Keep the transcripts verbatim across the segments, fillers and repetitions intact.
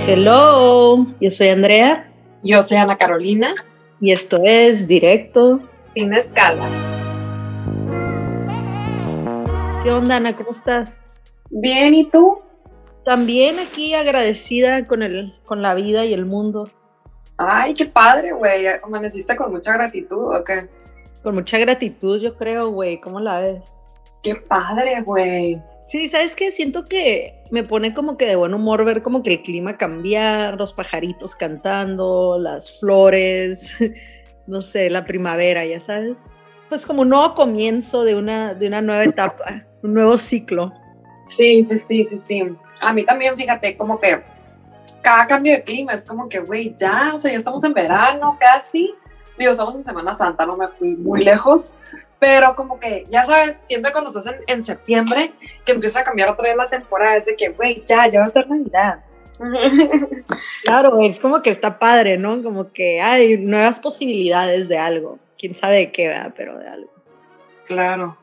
Hello, yo soy Andrea. Yo soy Ana Carolina. Y esto es Directo Sin Escalas. ¿Qué onda, Ana? ¿Cómo estás? Bien, ¿y tú? También aquí agradecida con, el, con la vida y el mundo. Ay, qué padre, güey. ¿Amaneciste con mucha gratitud o qué? Con mucha gratitud, yo creo, güey. ¿Cómo la ves? Qué padre, güey. Sí, ¿sabes qué? Siento que me pone como que de buen humor ver como que el clima cambiar, los pajaritos cantando, las flores, no sé, la primavera, ya sabes. Pues como un nuevo comienzo de una, de una nueva etapa, un nuevo ciclo. Sí, sí, sí, sí, sí. A mí también, fíjate, como que cada cambio de clima es como que, güey, ya, o sea, ya estamos en verano casi. Digo, estamos en Semana Santa, no me fui muy lejos. Pero como que, ya sabes, siento que cuando estás en, en septiembre, que empieza a cambiar otra vez la temporada, es de que, güey, ya, ya va a ser Navidad. Claro, es como que está padre, ¿no? Como que hay nuevas posibilidades de algo. Quién sabe de qué, ¿verdad? Pero de algo. Claro.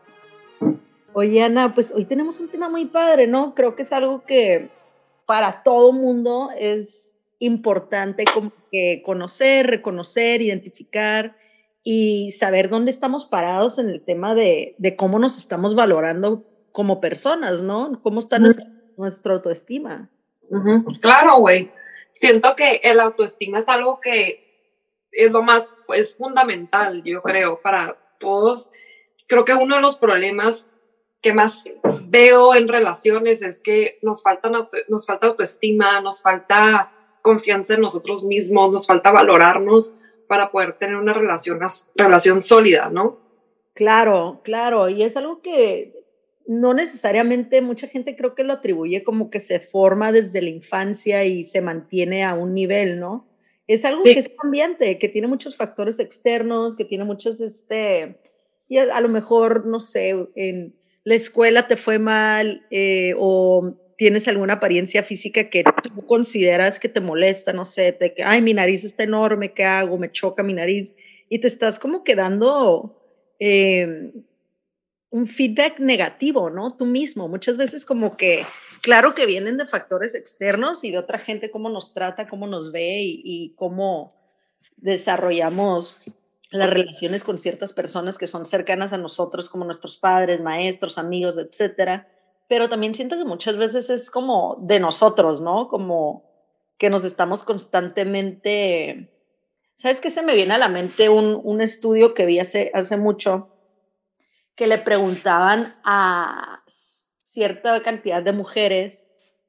Oye, Ana, pues hoy tenemos un tema muy padre, ¿no? Creo que es algo que para todo mundo es importante como que conocer, reconocer, identificar y saber dónde estamos parados en el tema de, de cómo nos estamos valorando como personas, ¿no? Cómo está uh-huh. nuestra, nuestra autoestima. Uh-huh. Claro, güey. Siento que el autoestima es algo que es lo más, es fundamental, yo creo, para todos. Creo que uno de los problemas que más veo en relaciones es que nos, faltan auto, nos falta autoestima, nos falta confianza en nosotros mismos, nos falta valorarnos para poder tener una relación, una relación sólida, ¿no? Claro, claro, y es algo que no necesariamente mucha gente creo que lo atribuye como que se forma desde la infancia y se mantiene a un nivel, ¿no? Es algo sí. que es cambiante, que tiene muchos factores externos, que tiene muchos, este, y a, a lo mejor, no sé, en la escuela te fue mal eh, o tienes alguna apariencia física que tú consideras que te molesta, no sé, te, que, ay, mi nariz está enorme, ¿qué hago? Me choca mi nariz. Y te estás como quedando eh, un feedback negativo, ¿no? Tú mismo. Muchas veces como que, claro que vienen de factores externos y de otra gente cómo nos trata, cómo nos ve y, y cómo desarrollamos las relaciones con ciertas personas que son cercanas a nosotros, como nuestros padres, maestros, amigos, etcétera. Pero también siento que muchas veces es como de nosotros, ¿no? Como que nos estamos constantemente... ¿Sabes qué? Se me viene a la mente un, un estudio que vi hace, hace mucho que le preguntaban a cierta cantidad de mujeres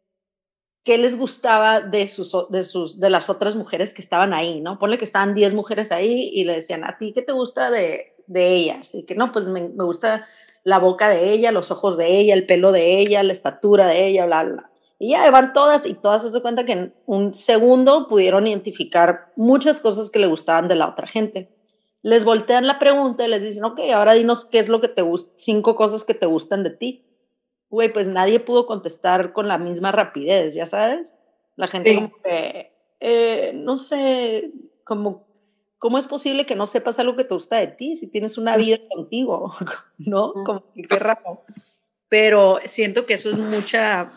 qué les gustaba de, sus, de, sus, de las otras mujeres que estaban ahí, ¿no? Ponle que estaban diez mujeres ahí y le decían, ¿a ti qué te gusta de, de ellas? Y que no, pues me, me gusta la boca de ella, los ojos de ella, el pelo de ella, la estatura de ella, bla, bla. Y ya van todas y todas se dan cuenta que en un segundo pudieron identificar muchas cosas que le gustaban de la otra gente. Les voltean la pregunta y les dicen, ok, ahora dinos qué es lo que te gusta, cinco cosas que te gustan de ti. Güey, pues nadie pudo contestar con la misma rapidez, ¿ya sabes? La gente sí. como que, eh, no sé, como, ¿cómo es posible que no sepas algo que te gusta de ti si tienes una vida contigo? ¿No? Como que qué raro. Pero siento que eso es mucha...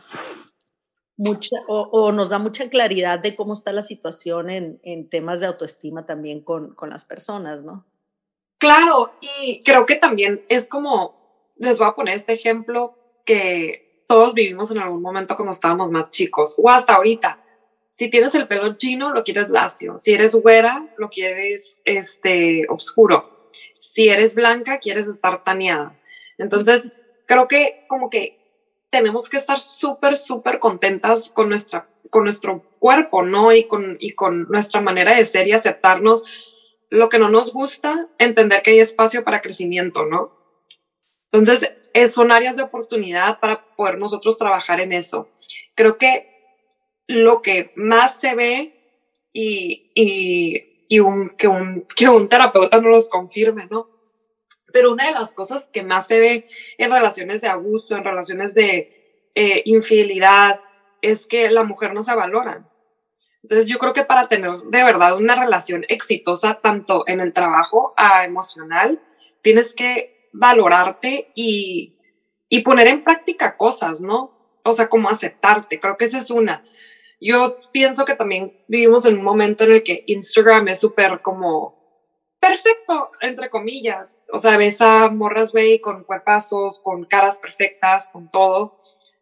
Mucha, o, o nos da mucha claridad de cómo está la situación en, en temas de autoestima también con, con las personas, ¿no? Claro, y creo que también es como, les voy a poner este ejemplo que todos vivimos en algún momento cuando estábamos más chicos, o hasta ahorita. Si tienes el pelo chino, lo quieres lacio. Si eres güera, lo quieres este, oscuro. Si eres blanca, quieres estar taneada. Entonces, creo que como que tenemos que estar súper, súper contentas con, nuestra, con nuestro cuerpo, ¿no? Y con, y con nuestra manera de ser y aceptarnos lo que no nos gusta, entender que hay espacio para crecimiento, ¿no? Entonces, es, son áreas de oportunidad para poder nosotros trabajar en eso. Creo que lo que más se ve y, y, y un, que, un, que un terapeuta no nos confirme, ¿no? Pero una de las cosas que más se ve en relaciones de abuso, en relaciones de eh, infidelidad, es que la mujer no se valora. Entonces yo creo que para tener de verdad una relación exitosa, tanto en el trabajo a emocional, tienes que valorarte y, y poner en práctica cosas, ¿no? O sea, como aceptarte. Creo que esa es una. Yo pienso que también vivimos en un momento en el que Instagram es súper como perfecto, entre comillas. O sea, ves a morras, güey, con cuerpazos, con caras perfectas, con todo.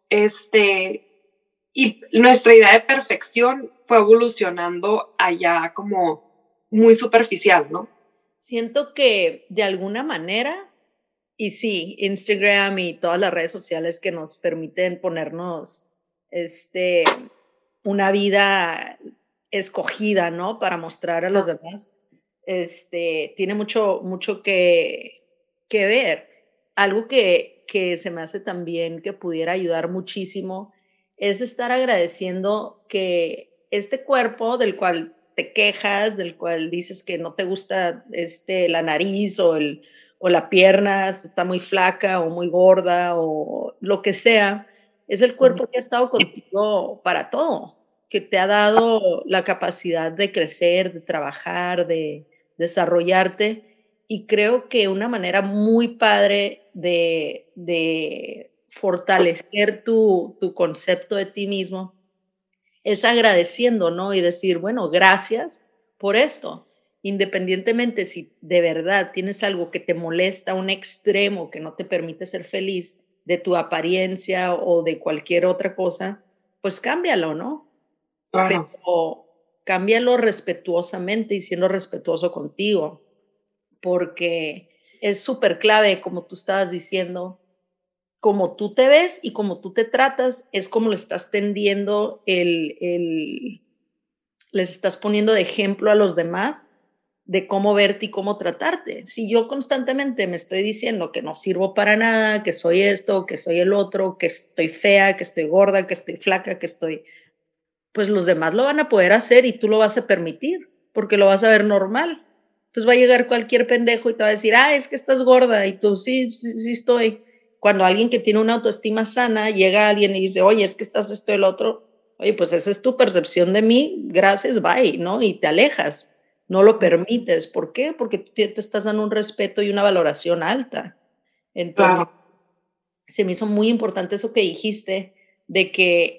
Este, y nuestra idea de perfección fue evolucionando allá como muy superficial, ¿no? Siento que de alguna manera, y sí, Instagram y todas las redes sociales que nos permiten ponernos este, una vida escogida, ¿no? Para mostrar a los demás, este, tiene mucho, mucho que, que ver. Algo que, que se me hace también que pudiera ayudar muchísimo es estar agradeciendo que este cuerpo del cual te quejas, del cual dices que no te gusta este, la nariz o, el, o la pierna, está muy flaca o muy gorda o lo que sea, es el cuerpo que ha estado contigo para todo, que te ha dado la capacidad de crecer, de trabajar, de desarrollarte. Y creo que una manera muy padre de, de fortalecer tu, tu concepto de ti mismo es agradeciendo, ¿no? Y decir, bueno, gracias por esto. Independientemente si de verdad tienes algo que te molesta, un extremo que no te permite ser feliz de tu apariencia o de cualquier otra cosa, pues cámbialo, ¿no? Claro. Pero cámbialo respetuosamente y siendo respetuoso contigo, porque es súper clave, como tú estabas diciendo, como tú te ves y como tú te tratas, es como le estás tendiendo el, el, les estás poniendo de ejemplo a los demás de cómo verte y cómo tratarte. Si yo constantemente me estoy diciendo que no sirvo para nada, que soy esto, que soy el otro, que estoy fea, que estoy gorda, que estoy flaca, que estoy, pues los demás lo van a poder hacer y tú lo vas a permitir, porque lo vas a ver normal. Entonces va a llegar cualquier pendejo y te va a decir, ah, es que estás gorda, y tú, sí, sí, sí estoy. Cuando alguien que tiene una autoestima sana, llega a alguien y dice, oye, es que estás esto y el otro, oye, pues esa es tu percepción de mí, gracias, bye, ¿no? Y te alejas, no lo permites. ¿Por qué? Porque tú te estás dando un respeto y una valoración alta. Entonces, Claro. se me hizo muy importante eso que dijiste, de que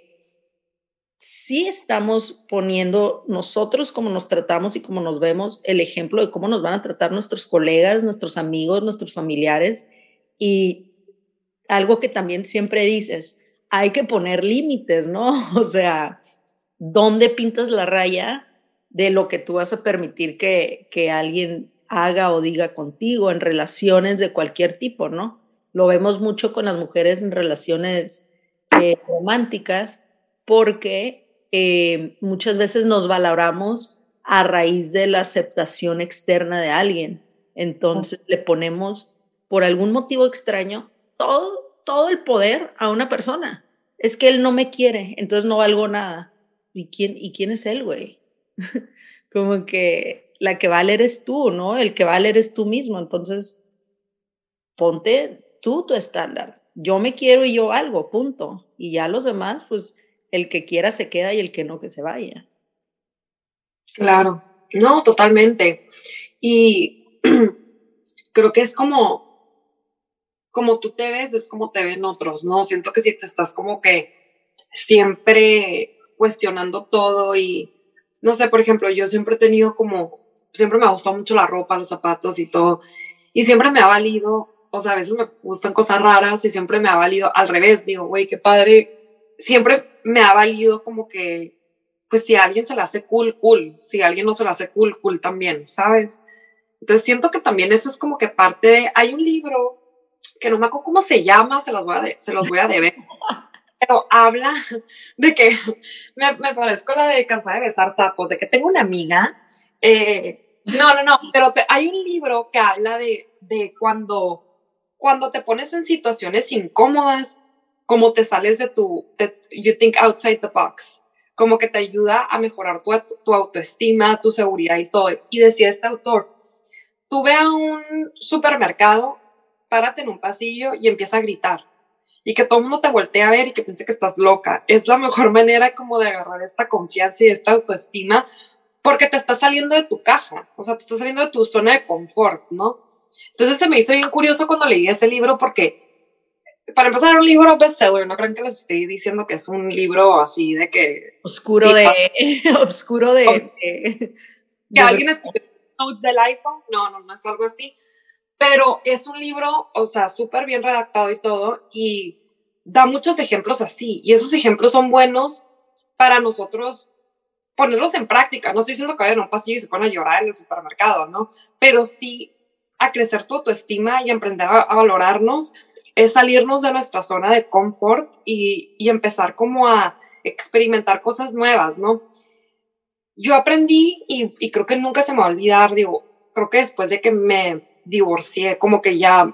sí estamos poniendo nosotros como nos tratamos y como nos vemos el ejemplo de cómo nos van a tratar nuestros colegas, nuestros amigos, nuestros familiares. Y algo que también siempre dices, hay que poner límites, ¿no? O sea, ¿dónde pintas la raya de lo que tú vas a permitir que, que alguien haga o diga contigo en relaciones de cualquier tipo, ¿no? Lo vemos mucho con las mujeres en relaciones eh, románticas porque eh, muchas veces nos valoramos a raíz de la aceptación externa de alguien. Entonces le ponemos, por algún motivo extraño, todo, todo el poder a una persona. Es que él no me quiere, entonces no valgo nada. ¿Y quién, y quién es él, güey? Como que la que vale eres tú, ¿no? El que vale eres tú mismo. Entonces, ponte tú tu estándar. Yo me quiero y yo valgo, punto. Y ya los demás, pues el que quiera se queda y el que no, que se vaya. Claro, no, totalmente. Y creo que es como, como tú te ves, es como te ven otros, ¿no? Siento que si te estás como que siempre cuestionando todo y, no sé, por ejemplo, yo siempre he tenido como, siempre me ha gustado mucho la ropa, los zapatos y todo, y siempre me ha valido, o sea, a veces me gustan cosas raras y siempre me ha valido al revés, digo, güey, qué padre, siempre me ha valido como que pues si a alguien se la hace cool, cool. Si a alguien no se la hace cool, cool también, ¿sabes? Entonces siento que también eso es como que parte de... Hay un libro que no me acuerdo cómo se llama, se los voy a, de, se los voy a deber, pero habla de que me, me parezco la de Cansada de besar sapos, de que tengo una amiga. Eh, no, no, no, pero te, hay un libro que habla de, de cuando, cuando te pones en situaciones incómodas, como te sales de tu, de, you think outside the box, como que te ayuda a mejorar tu, tu autoestima, tu seguridad y todo. Y decía este autor, tú ve a un supermercado, párate en un pasillo y empieza a gritar. Y que todo el mundo te voltee a ver y que piense que estás loca. Es la mejor manera como de agarrar esta confianza y esta autoestima porque te estás saliendo de tu caja, o sea, te estás saliendo de tu zona de confort, ¿no? Entonces se me hizo bien curioso cuando leí ese libro porque para empezar, un libro bestseller, no crean que les estoy diciendo que es un libro así de que... Oscuro de... oscuro de... de que alguien escribió notes del iPhone, no, no, no es algo así, pero es un libro, o sea, súper bien redactado y todo, y da muchos ejemplos así, y esos ejemplos son buenos para nosotros ponerlos en práctica. No estoy diciendo que vayan a un pasillo y se ponen a llorar en el supermercado, ¿no? Pero sí a crecer tu autoestima y aprender a, a valorarnos, es salirnos de nuestra zona de confort y, y empezar como a experimentar cosas nuevas, ¿no? Yo aprendí y, y creo que nunca se me va a olvidar, digo, creo que después de que me divorcié, como que ya,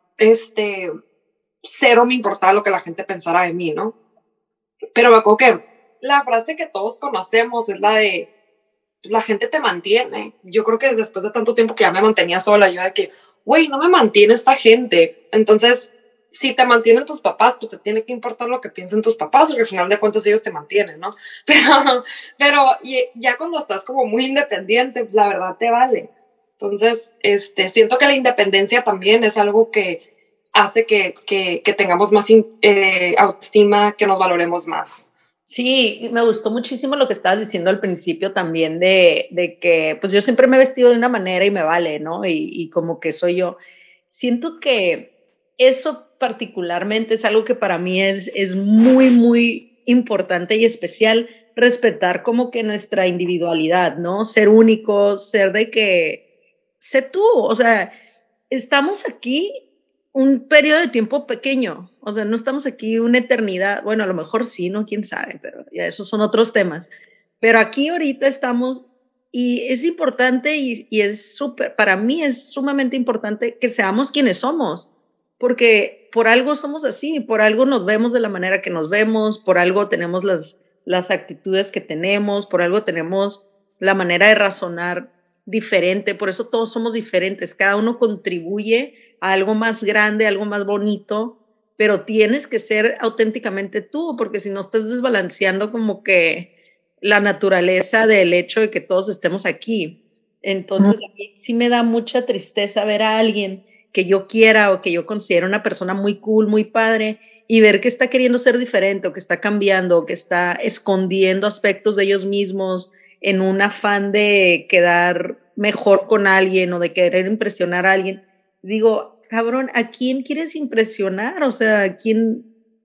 este, cero me importaba lo que la gente pensara de mí, ¿no? Pero me acuerdo que la frase que todos conocemos es la de, pues, la gente te mantiene. Yo creo que después de tanto tiempo que ya me mantenía sola, yo de que, güey, no me mantiene esta gente. Entonces, si te mantienen tus papás, pues te tiene que importar lo que piensen tus papás, porque al final de cuentas ellos te mantienen, ¿no? Pero, pero ya cuando estás como muy independiente, la verdad te vale. Entonces, este, siento que la independencia también es algo que hace que, que, que tengamos más eh, autoestima, que nos valoremos más. Sí, me gustó muchísimo lo que estabas diciendo al principio también de, de que pues yo siempre me he vestido de una manera y me vale, ¿no? Y, y como que soy yo. Siento que eso particularmente es algo que para mí es, es muy, muy importante y especial, respetar como que nuestra individualidad, ¿no? Ser únicos, ser de que, sé tú, o sea, estamos aquí un periodo de tiempo pequeño, o sea, no estamos aquí una eternidad, bueno, a lo mejor sí, no, quién sabe, pero ya esos son otros temas, pero aquí ahorita estamos y es importante y, y es súper, para mí es sumamente importante que seamos quienes somos, porque por algo somos así, por algo nos vemos de la manera que nos vemos, por algo tenemos las, las actitudes que tenemos, por algo tenemos la manera de razonar diferente, por eso todos somos diferentes, cada uno contribuye a algo más grande, algo más bonito, pero tienes que ser auténticamente tú, porque si no estás desbalanceando como que la naturaleza del hecho de que todos estemos aquí. Entonces, a mí sí me da mucha tristeza ver a alguien que yo quiera o que yo considero una persona muy cool, muy padre, y ver que está queriendo ser diferente o que está cambiando o que está escondiendo aspectos de ellos mismos en un afán de quedar mejor con alguien o de querer impresionar a alguien. Digo, cabrón, ¿a quién quieres impresionar? O sea, ¿a quién?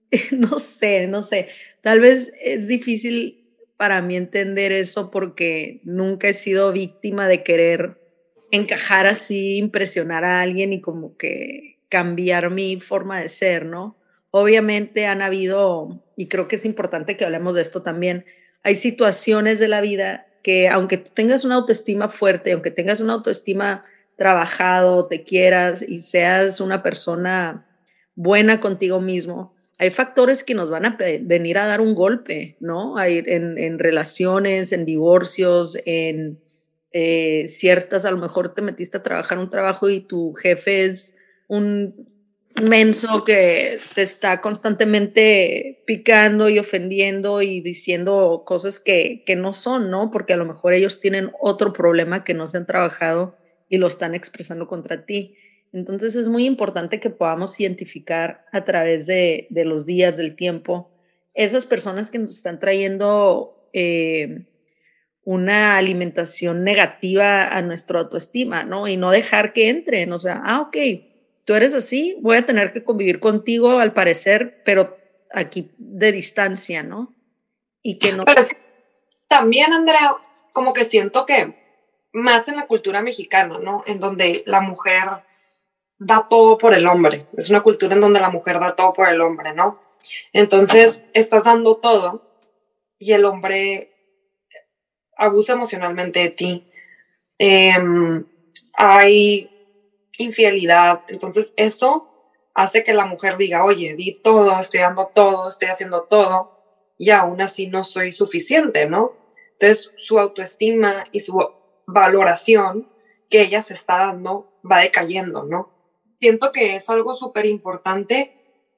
No sé, no sé. Tal vez es difícil para mí entender eso porque nunca he sido víctima de querer encajar así, impresionar a alguien y como que cambiar mi forma de ser, ¿no? Obviamente han habido, y creo que es importante que hablemos de esto también, hay situaciones de la vida que aunque tú tengas una autoestima fuerte, aunque tengas una autoestima trabajado, te quieras y seas una persona buena contigo mismo, hay factores que nos van a venir a dar un golpe, ¿no? Hay en, en relaciones, en divorcios, en eh, ciertas, a lo mejor te metiste a trabajar un trabajo y tu jefe es un menso que te está constantemente picando y ofendiendo y diciendo cosas que, que no son, ¿no? Porque a lo mejor ellos tienen otro problema que no se han trabajado y lo están expresando contra ti. Entonces es muy importante que podamos identificar a través de, de los días, del tiempo, esas personas que nos están trayendo eh, una alimentación negativa a nuestra autoestima, ¿no? Y no dejar que entren, o sea, ah, ok, tú eres así, voy a tener que convivir contigo al parecer, pero aquí de distancia, ¿no? Y que no... Pero es que también, Andrea, como que siento que más en la cultura mexicana, ¿no? En donde la mujer da todo por el hombre. Es una cultura en donde la mujer da todo por el hombre, ¿no? Entonces, estás dando todo y el hombre abusa emocionalmente de ti. Eh, hay infidelidad. Entonces, eso hace que la mujer diga, oye, di todo, estoy dando todo, estoy haciendo todo, y aún así no soy suficiente, ¿no? Entonces, su autoestima y su valoración que ella se está dando va decayendo, ¿no? Siento que es algo súper importante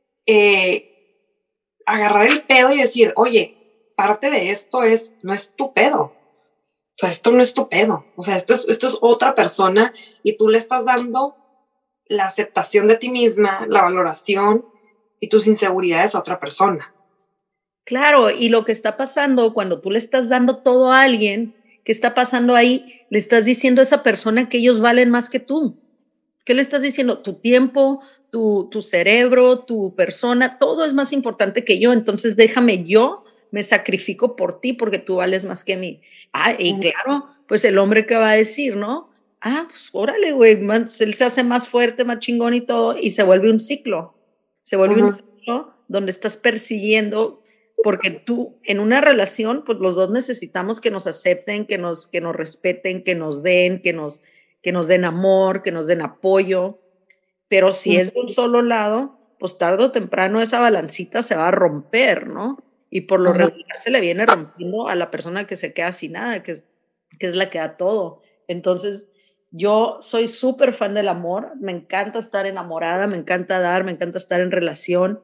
eh, agarrar el pedo y decir, oye, parte de esto es, no es tu pedo. O sea, esto no es tu pedo. O sea, esto es, esto es otra persona y tú le estás dando la aceptación de ti misma, la valoración y tus inseguridades a otra persona. Claro, y lo que está pasando cuando tú le estás dando todo a alguien, ¿qué está pasando ahí? Le estás diciendo a esa persona que ellos valen más que tú. ¿Qué le estás diciendo? Tu tiempo, tu, tu cerebro, tu persona, todo es más importante que yo, entonces déjame yo, me sacrifico por ti porque tú vales más que mí. Ah, y claro, pues el hombre que va a decir, ¿no? Ah, pues órale, güey, él se hace más fuerte, más chingón y todo, y se vuelve un ciclo. Se vuelve uh-huh. un ciclo donde estás persiguiendo, porque tú, en una relación, pues los dos necesitamos que nos acepten, que nos, que nos respeten, que nos den, que nos, que nos den amor, que nos den apoyo. Pero si uh-huh. es de un solo lado, pues tarde o temprano esa balancita se va a romper, ¿no? Y por lo uh-huh. regular se le viene rompiendo a la persona que se queda sin nada, que es, que es la que da todo. Entonces, yo soy súper fan del amor, me encanta estar enamorada, me encanta dar, me encanta estar en relación,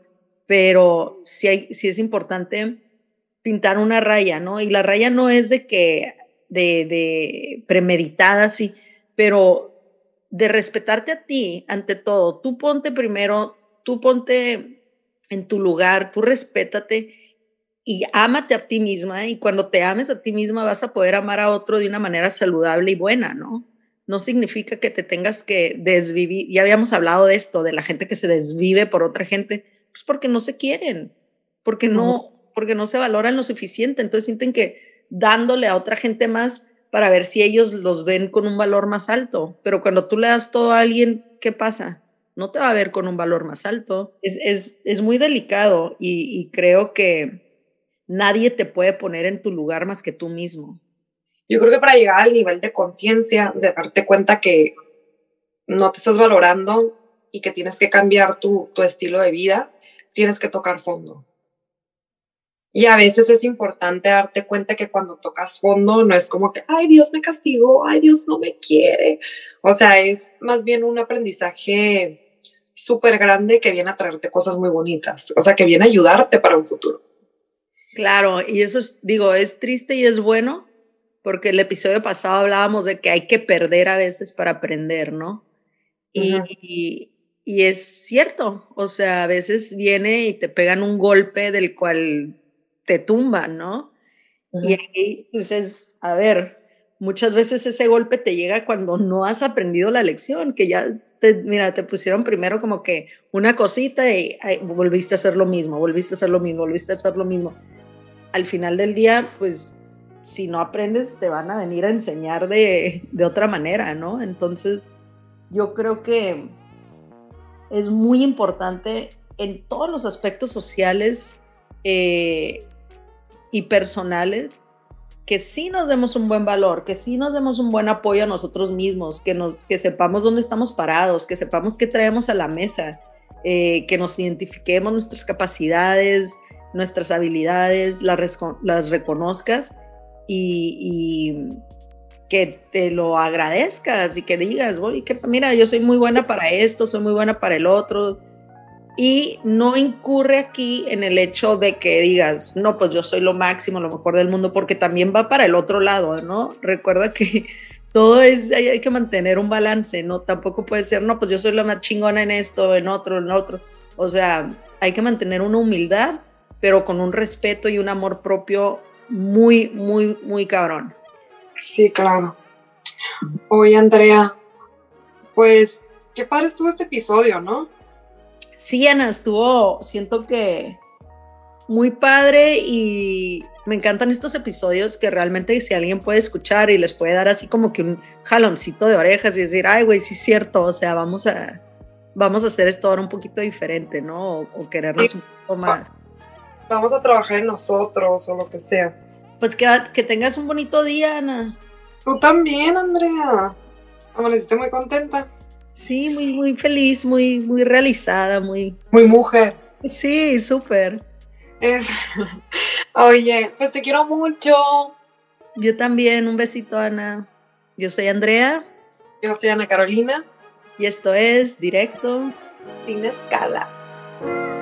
pero sí, hay, sí es importante pintar una raya, ¿no? Y la raya no es de que, de, de premeditada, sí, pero de respetarte a ti ante todo. Tú ponte primero, tú ponte en tu lugar, tú respétate y ámate a ti misma, y cuando te ames a ti misma vas a poder amar a otro de una manera saludable y buena, ¿no? No significa que te tengas que desvivir, ya habíamos hablado de esto, de la gente que se desvive por otra gente, pues porque no se quieren, porque no, no porque no se valoran lo suficiente, entonces sienten que dándole a otra gente más para ver si ellos los ven con un valor más alto, pero cuando tú le das todo a alguien, ¿qué pasa? No te va a ver con un valor más alto. Es, es, es muy delicado y, y creo que nadie te puede poner en tu lugar más que tú mismo. Yo creo que para llegar al nivel de conciencia, de darte cuenta que no te estás valorando y que tienes que cambiar tu, tu estilo de vida, tienes que tocar fondo. Y a veces es importante darte cuenta que cuando tocas fondo no es como que, ay, Dios me castigó, ay, Dios no me quiere. O sea, es más bien un aprendizaje súper grande que viene a traerte cosas muy bonitas. O sea, que viene a ayudarte para un futuro. Claro, y eso es, digo, es triste y es bueno, porque el episodio pasado hablábamos de que hay que perder a veces para aprender, ¿no? Y, uh-huh. y, y es cierto, o sea, a veces viene y te pegan un golpe del cual te tumban, ¿no? Uh-huh. Y ahí, pues es, a ver, muchas veces ese golpe te llega cuando no has aprendido la lección, que ya, te, mira, te pusieron primero como que una cosita y ay, volviste a hacer lo mismo, volviste a hacer lo mismo, volviste a hacer lo mismo. Al final del día, pues, si no aprendes, te van a venir a enseñar de, de otra manera, ¿no? Entonces, yo creo que es muy importante en todos los aspectos sociales eh, y personales que sí nos demos un buen valor, que sí nos demos un buen apoyo a nosotros mismos, que, nos, que sepamos dónde estamos parados, que sepamos qué traemos a la mesa, eh, que nos identifiquemos nuestras capacidades, nuestras habilidades, las, las reconozcas y, y que te lo agradezcas y que digas, oye, que mira, yo soy muy buena para esto, soy muy buena para el otro. Y no incurre aquí en el hecho de que digas, no, pues yo soy lo máximo, lo mejor del mundo, porque también va para el otro lado, ¿no? Recuerda que todo es, hay, hay que mantener un balance, ¿no? Tampoco puede ser, no, pues yo soy la más chingona en esto, en otro, en otro. O sea, hay que mantener una humildad, pero con un respeto y un amor propio muy, muy, muy cabrón. Sí, claro. Oye, Andrea, pues qué padre estuvo este episodio, ¿no? Sí, Ana, estuvo, siento que muy padre y me encantan estos episodios que realmente si alguien puede escuchar y les puede dar así como que un jaloncito de orejas y decir, ay, güey, sí es cierto, o sea, vamos a, vamos a hacer esto ahora un poquito diferente, ¿no? O, o querernos sí. un poco más. Vamos a trabajar en nosotros o lo que sea. Pues que, que tengas un bonito día, Ana. Tú también, Andrea. Amaneciste muy contenta. Sí, muy, muy feliz, muy, muy realizada, muy... Muy mujer. Sí, súper. Es... Oye, pues te quiero mucho. Yo también, un besito, Ana. Yo soy Andrea. Yo soy Ana Carolina. Y esto es Directo Sin Escalas.